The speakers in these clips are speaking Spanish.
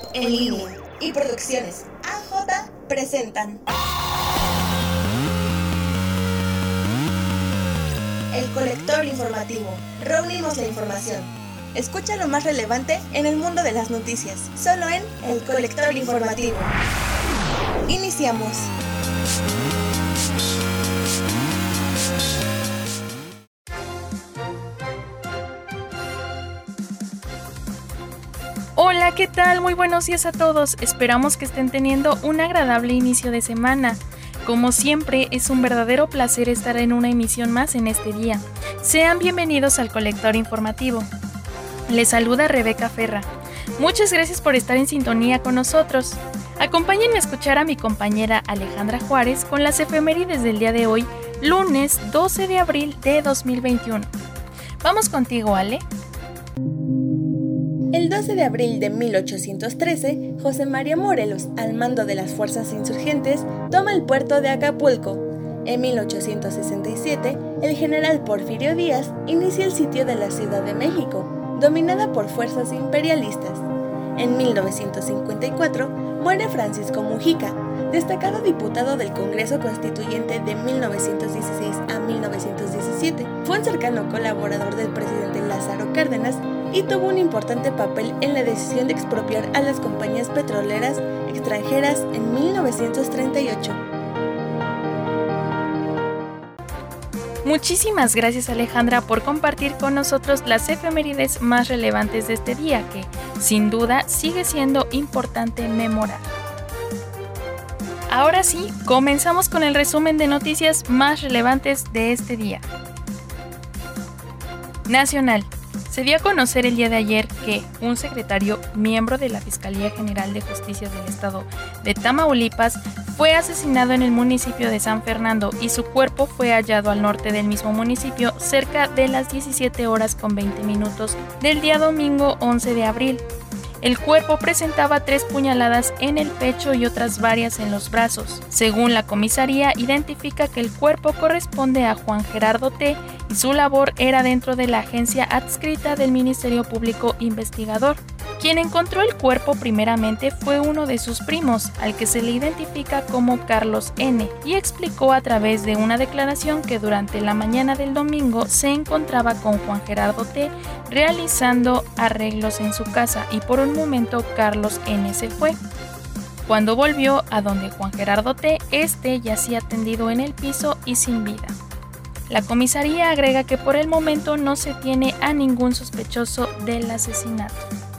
En Línea y Producciones AJ presentan El Colector Informativo. Reunimos la información. Escucha lo más relevante en el mundo de las noticias, solo en El Colector Informativo. Iniciamos. Hola, ¿qué tal? Muy buenos días a todos. Esperamos que estén teniendo un agradable inicio de semana. Como siempre, es un verdadero placer estar en una emisión más en este día. Sean bienvenidos al Colector Informativo. Les saluda Rebeca Ferra. Muchas gracias por estar en sintonía con nosotros. Acompáñenme a escuchar a mi compañera Alejandra Juárez con las efemérides del día de hoy, lunes 12 de abril de 2021. Vamos contigo, Ale. El 12 de abril de 1813, José María Morelos, al mando de las fuerzas insurgentes, toma el puerto de Acapulco. En 1867, el general Porfirio Díaz inicia el sitio de la Ciudad de México, dominada por fuerzas imperialistas. En 1954, muere Francisco Mujica, destacado diputado del Congreso Constituyente de 1916 a 1917. Fue un cercano colaborador del presidente Lázaro Cárdenas y tuvo un importante papel en la decisión de expropiar a las compañías petroleras extranjeras en 1938. Muchísimas gracias, Alejandra, por compartir con nosotros las efemérides más relevantes de este día, que, sin duda, sigue siendo importante memorar. Ahora sí, comenzamos con el resumen de noticias más relevantes de este día. Nacional. Se dio a conocer el día de ayer que un secretario, miembro de la Fiscalía General de Justicia del Estado de Tamaulipas, fue asesinado en el municipio de San Fernando y su cuerpo fue hallado al norte del mismo municipio cerca de las 17:20 del día domingo 11 de abril. El cuerpo presentaba 3 puñaladas en el pecho y otras varias en los brazos. Según la comisaría, identifica que el cuerpo corresponde a Juan Gerardo T. y su labor era dentro de la agencia adscrita del Ministerio Público Investigador. Quien encontró el cuerpo primeramente fue uno de sus primos, al que se le identifica como Carlos N., y explicó a través de una declaración que durante la mañana del domingo se encontraba con Juan Gerardo T. realizando arreglos en su casa y por un momento Carlos N. se fue. Cuando volvió a donde Juan Gerardo T., este yacía tendido en el piso y sin vida. La comisaría agrega que por el momento no se tiene a ningún sospechoso del asesinato.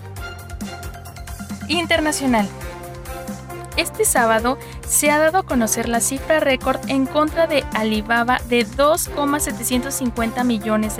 Internacional. Este sábado se ha dado a conocer la cifra récord en contra de Alibaba de $2,750 millones.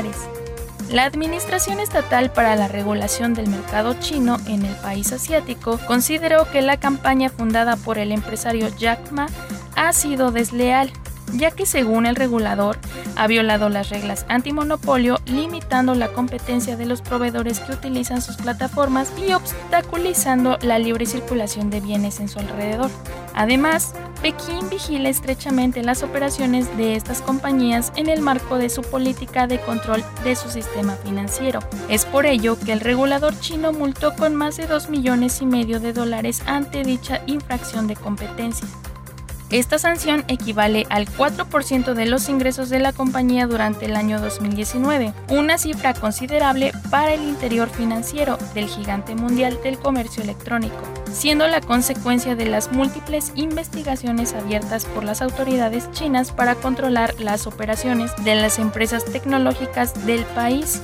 La Administración Estatal para la Regulación del Mercado Chino en el país asiático consideró que la campaña fundada por el empresario Jack Ma ha sido desleal, ya que según el regulador ha violado las reglas antimonopolio, limitando la competencia de los proveedores que utilizan sus plataformas y obstaculizando la libre circulación de bienes en su alrededor. Además, Pekín vigila estrechamente las operaciones de estas compañías en el marco de su política de control de su sistema financiero. Es por ello que el regulador chino multó con más de $2,5 millones ante dicha infracción de competencia. Esta sanción equivale al 4% de los ingresos de la compañía durante el año 2019, una cifra considerable para el interior financiero del gigante mundial del comercio electrónico, siendo la consecuencia de las múltiples investigaciones abiertas por las autoridades chinas para controlar las operaciones de las empresas tecnológicas del país.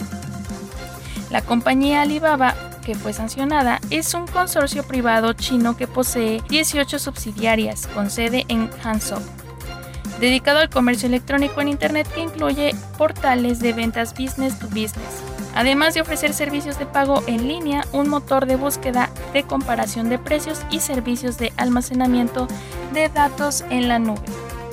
La compañía Alibaba, que fue sancionada, es un consorcio privado chino que posee 18 subsidiarias con sede en Hangzhou, dedicado al comercio electrónico en Internet que incluye portales de ventas business to business, además de ofrecer servicios de pago en línea, un motor de búsqueda de comparación de precios y servicios de almacenamiento de datos en la nube.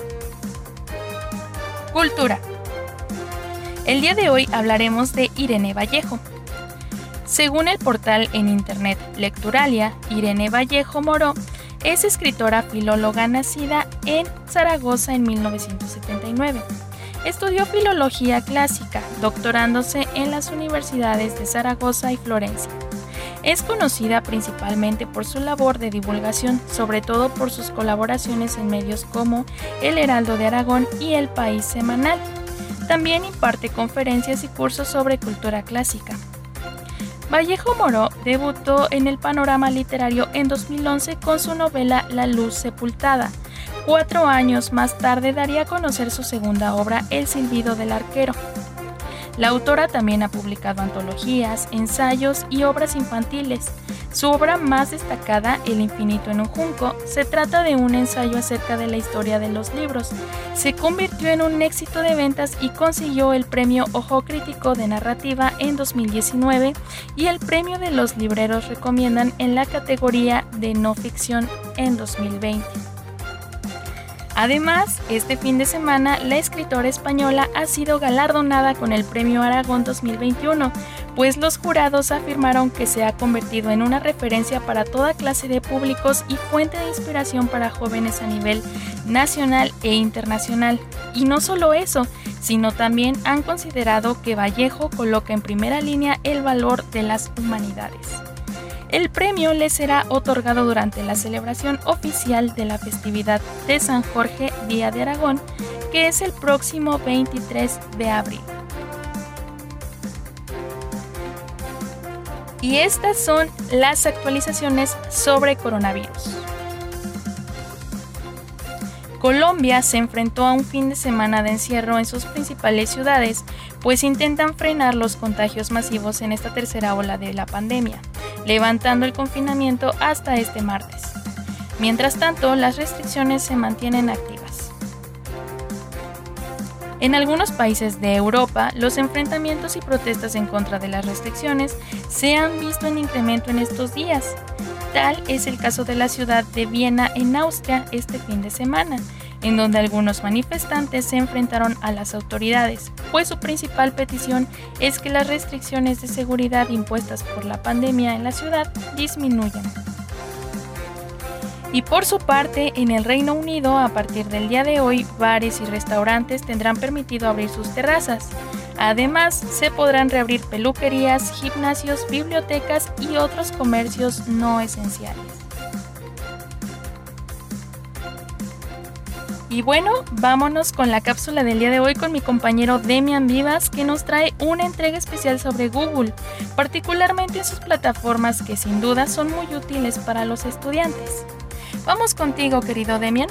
Cultura. El día de hoy hablaremos de Irene Vallejo. Según el portal en internet Lecturalia, Irene Vallejo Moró es escritora filóloga nacida en Zaragoza en 1979. Estudió filología clásica, doctorándose en las universidades de Zaragoza y Florencia. Es conocida principalmente por su labor de divulgación, sobre todo por sus colaboraciones en medios como El Heraldo de Aragón y El País Semanal. También imparte conferencias y cursos sobre cultura clásica. Vallejo Moró debutó en el panorama literario en 2011 con su novela La luz sepultada. 4 años más tarde daría a conocer su segunda obra, El silbido del arquero. La autora también ha publicado antologías, ensayos y obras infantiles. Su obra más destacada, El infinito en un junco, se trata de un ensayo acerca de la historia de los libros. Se convirtió en un éxito de ventas y consiguió el premio Ojo Crítico de Narrativa en 2019 y el premio de los libreros recomiendan en la categoría de no ficción en 2020. Además, este fin de semana, la escritora española ha sido galardonada con el Premio Aragón 2021, pues los jurados afirmaron que se ha convertido en una referencia para toda clase de públicos y fuente de inspiración para jóvenes a nivel nacional e internacional. Y no solo eso, sino también han considerado que Vallejo coloca en primera línea el valor de las humanidades. El premio le será otorgado durante la celebración oficial de la festividad de San Jorge, Día de Aragón, que es el próximo 23 de abril. Y estas son las actualizaciones sobre coronavirus. Colombia se enfrentó a un fin de semana de encierro en sus principales ciudades, pues intentan frenar los contagios masivos en esta tercera ola de la pandemia, levantando el confinamiento hasta este martes. Mientras tanto, las restricciones se mantienen activas. En algunos países de Europa, los enfrentamientos y protestas en contra de las restricciones se han visto en incremento en estos días. Tal es el caso de la ciudad de Viena en Austria este fin de semana, en donde algunos manifestantes se enfrentaron a las autoridades, pues su principal petición es que las restricciones de seguridad impuestas por la pandemia en la ciudad disminuyan. Y por su parte, en el Reino Unido, a partir del día de hoy, bares y restaurantes tendrán permitido abrir sus terrazas. Además, se podrán reabrir peluquerías, gimnasios, bibliotecas y otros comercios no esenciales. Y bueno, vámonos con la cápsula del día de hoy con mi compañero Demian Vivas, que nos trae una entrega especial sobre Google, particularmente sus plataformas que sin duda son muy útiles para los estudiantes. Vamos contigo, querido Demian.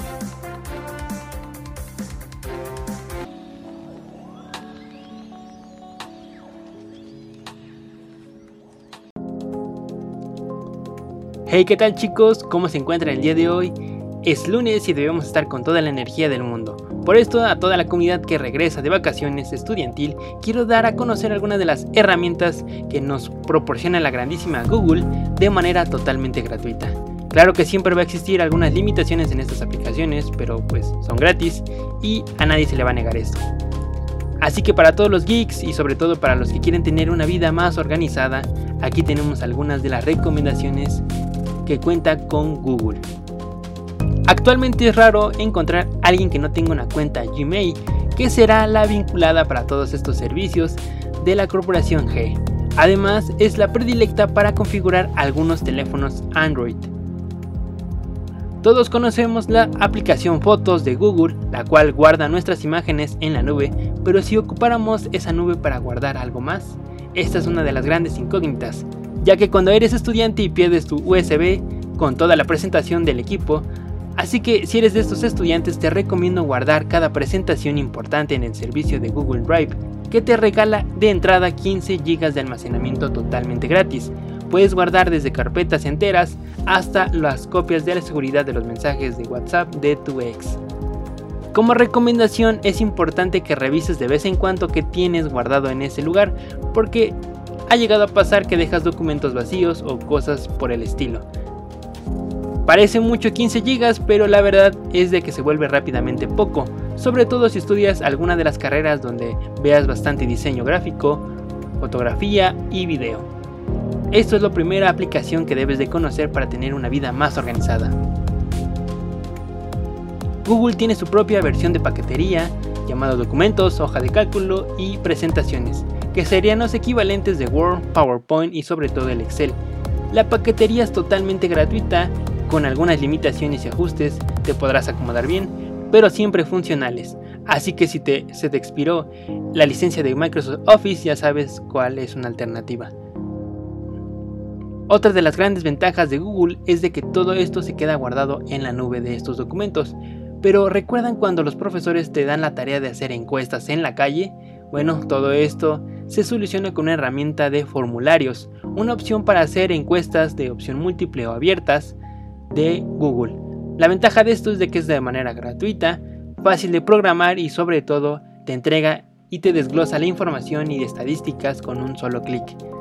Hey, ¿qué tal chicos? ¿Cómo se encuentran el día de hoy? Es lunes y debemos estar con toda la energía del mundo. Por esto, a toda la comunidad que regresa de vacaciones estudiantil, quiero dar a conocer algunas de las herramientas que nos proporciona la grandísima Google de manera totalmente gratuita. Claro que siempre va a existir algunas limitaciones en estas aplicaciones, pero pues son gratis y a nadie se le va a negar esto. Así que para todos los geeks y sobre todo para los que quieren tener una vida más organizada, aquí tenemos algunas de las recomendaciones que cuenta con Google. Actualmente es raro encontrar a alguien que no tenga una cuenta Gmail, que será la vinculada para todos estos servicios de la corporación G. Además, es la predilecta para configurar algunos teléfonos Android. Todos conocemos la aplicación Fotos de Google, la cual guarda nuestras imágenes en la nube, pero si ocupáramos esa nube para guardar algo más, esta es una de las grandes incógnitas, ya que cuando eres estudiante y pierdes tu USB con toda la presentación del equipo, así que si eres de estos estudiantes te recomiendo guardar cada presentación importante en el servicio de Google Drive, que te regala de entrada 15 GB de almacenamiento totalmente gratis. Puedes guardar desde carpetas enteras hasta las copias de la seguridad de los mensajes de WhatsApp de tu ex. Como recomendación, es importante que revises de vez en cuando qué tienes guardado en ese lugar, porque ha llegado a pasar que dejas documentos vacíos o cosas por el estilo. Parece mucho 15 GB, pero la verdad es de que se vuelve rápidamente poco, sobre todo si estudias alguna de las carreras donde veas bastante diseño gráfico, fotografía y video. Esto es la primera aplicación que debes de conocer para tener una vida más organizada. Google tiene su propia versión de paquetería, llamado documentos, hoja de cálculo y presentaciones, que serían los equivalentes de Word, PowerPoint y sobre todo el Excel. La paquetería es totalmente gratuita, con algunas limitaciones y ajustes, te podrás acomodar bien, pero siempre funcionales. Así que si se te expiró la licencia de Microsoft Office, ya sabes cuál es una alternativa. Otra de las grandes ventajas de Google es de que todo esto se queda guardado en la nube de estos documentos. Pero ¿recuerdan cuando los profesores te dan la tarea de hacer encuestas en la calle? Bueno, todo esto se soluciona con una herramienta de formularios, una opción para hacer encuestas de opción múltiple o abiertas de Google. La ventaja de esto es de que es de manera gratuita, fácil de programar y sobre todo te entrega y te desglosa la información y estadísticas con un solo clic.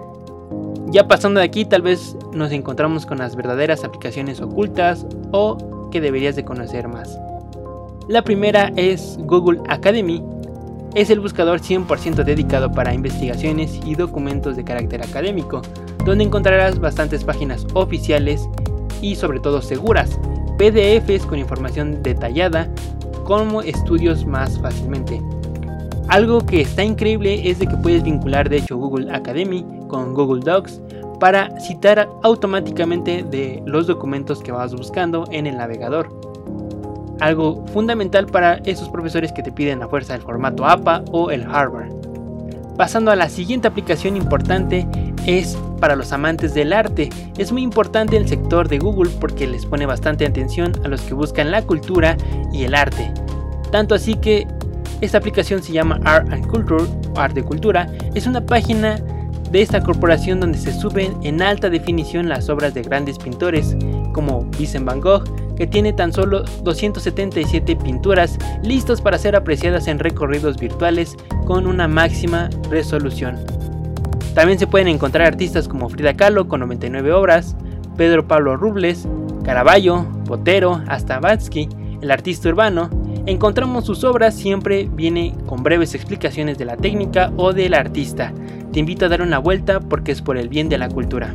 Ya pasando de aquí, tal vez nos encontramos con las verdaderas aplicaciones ocultas o que deberías de conocer más. La primera es Google Academy. Es el buscador 100% dedicado para investigaciones y documentos de carácter académico, donde encontrarás bastantes páginas oficiales y sobre todo seguras, PDFs con información detallada, como estudios más fácilmente. Algo que está increíble es de que puedes vincular de hecho Google Academy con Google Docs para citar automáticamente de los documentos que vas buscando en el navegador. Algo fundamental para esos profesores que te piden a fuerza el formato APA o el Harvard. Pasando a la siguiente aplicación importante es para los amantes del arte. Es muy importante el sector de Google porque les pone bastante atención a los que buscan la cultura y el arte. Tanto así que esta aplicación se llama Art and Culture o Arte Cultura. Es una página de esta corporación donde se suben en alta definición las obras de grandes pintores como Vincent Van Gogh, que tiene tan solo 277 pinturas listas para ser apreciadas en recorridos virtuales con una máxima resolución. También se pueden encontrar artistas como Frida Kahlo con 99 obras, Pedro Pablo Rubles, Caravaggio, Botero, hasta Banksy, el artista urbano. Encontramos sus obras, siempre viene con breves explicaciones de la técnica o del artista. Te invito a dar una vuelta porque es por el bien de la cultura.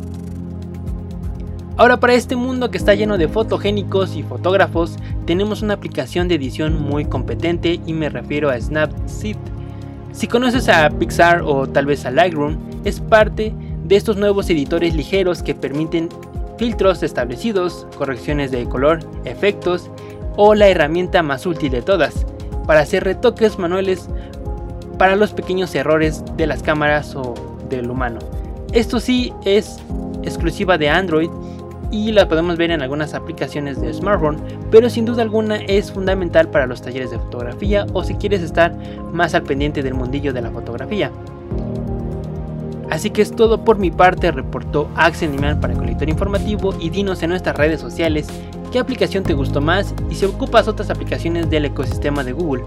Ahora, para este mundo que está lleno de fotogénicos y fotógrafos, tenemos una aplicación de edición muy competente y me refiero a Snapseed. Si conoces a Pixar o tal vez a Lightroom, es parte de estos nuevos editores ligeros que permiten filtros establecidos, correcciones de color, efectos o la herramienta más útil de todas, para hacer retoques manuales para los pequeños errores de las cámaras o del humano. Esto sí es exclusiva de Android y la podemos ver en algunas aplicaciones de smartphone, pero sin duda alguna es fundamental para los talleres de fotografía o si quieres estar más al pendiente del mundillo de la fotografía. Así que es todo por mi parte, reportó Axel Niman para Colector Informativo y dinos en nuestras redes sociales qué aplicación te gustó más y si ocupas otras aplicaciones del ecosistema de Google.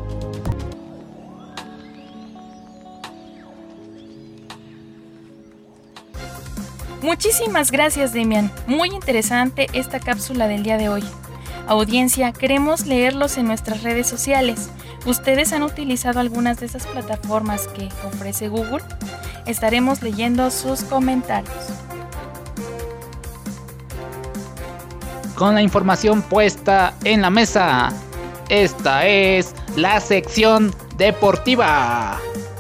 Muchísimas gracias, Demian. Muy interesante esta cápsula del día de hoy. Audiencia, queremos leerlos en nuestras redes sociales. ¿Ustedes han utilizado algunas de esas plataformas que ofrece Google? Estaremos leyendo sus comentarios. Con la información puesta en la mesa, esta es la sección deportiva.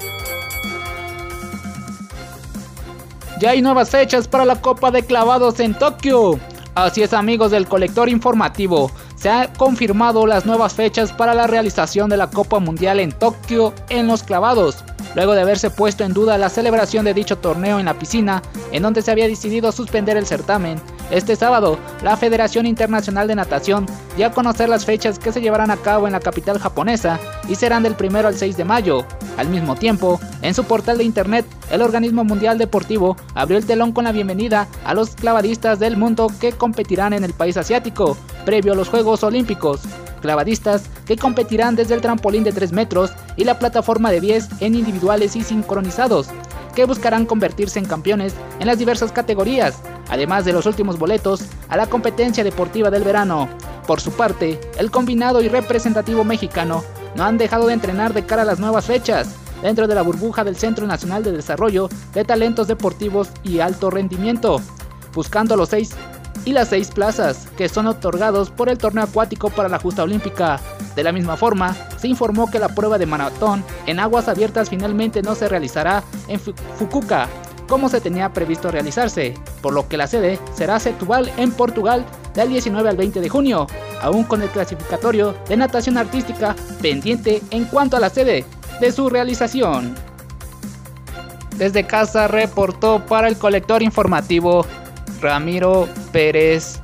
Ya hay nuevas fechas para la Copa de Clavados en Tokio. Así es, amigos del Colector Informativo, se han confirmado las nuevas fechas para la realización de la Copa Mundial en Tokio en los clavados, luego de haberse puesto en duda la celebración de dicho torneo en la piscina, en donde se había decidido suspender el certamen. Este sábado, la Federación Internacional de Natación dio a conocer las fechas que se llevarán a cabo en la capital japonesa y serán del 1 al 6 de mayo. Al mismo tiempo, en su portal de internet, el Organismo Mundial Deportivo abrió el telón con la bienvenida a los clavadistas del mundo que competirán en el país asiático, previo a los Juegos Olímpicos. Clavadistas que competirán desde el trampolín de 3 metros y la plataforma de 10 en individuales y sincronizados, que buscarán convertirse en campeones en las diversas categorías, además de los últimos boletos a la competencia deportiva del verano. Por su parte, el combinado y representativo mexicano no han dejado de entrenar de cara a las nuevas fechas, dentro de la burbuja del Centro Nacional de Desarrollo de Talentos Deportivos y Alto Rendimiento, buscando los 6 y las 6 plazas que son otorgados por el torneo acuático para la justa olímpica. De la misma forma, se informó que la prueba de maratón en aguas abiertas finalmente no se realizará en Fukuoka, como se tenía previsto realizarse, por lo que la sede será Setúbal en Portugal del 19 al 20 de junio, aún con el clasificatorio de natación artística pendiente en cuanto a la sede de su realización. Desde casa reportó para el Colector Informativo Ramiro Pérez.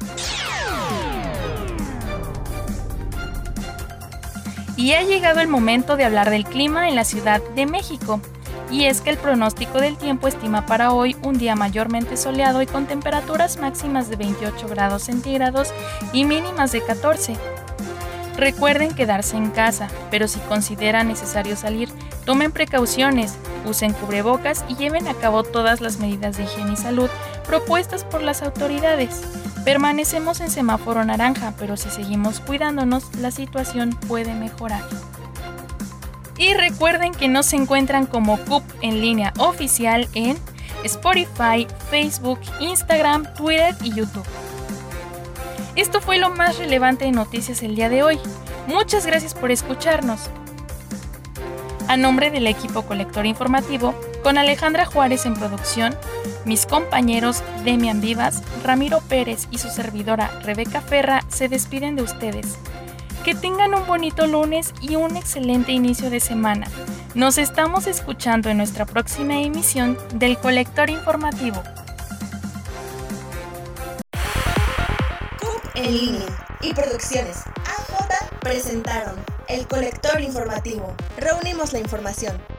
Y ha llegado el momento de hablar del clima en la Ciudad de México. Y es que el pronóstico del tiempo estima para hoy un día mayormente soleado y con temperaturas máximas de 28 grados centígrados y mínimas de 14. Recuerden quedarse en casa, pero si consideran necesario salir, tomen precauciones, usen cubrebocas y lleven a cabo todas las medidas de higiene y salud propuestas por las autoridades. Permanecemos en semáforo naranja, pero si seguimos cuidándonos, la situación puede mejorar. Y recuerden que nos encuentran como CUP en línea oficial en Spotify, Facebook, Instagram, Twitter y YouTube. Esto fue lo más relevante de noticias el día de hoy. Muchas gracias por escucharnos. A nombre del equipo Colector Informativo, con Alejandra Juárez en producción, mis compañeros Demian Vivas, Ramiro Pérez y su servidora Rebeca Ferra se despiden de ustedes. Que tengan un bonito lunes y un excelente inicio de semana. Nos estamos escuchando en nuestra próxima emisión del Colector Informativo. CUP en línea y Producciones AJ presentaron el Colector Informativo. Reunimos la información.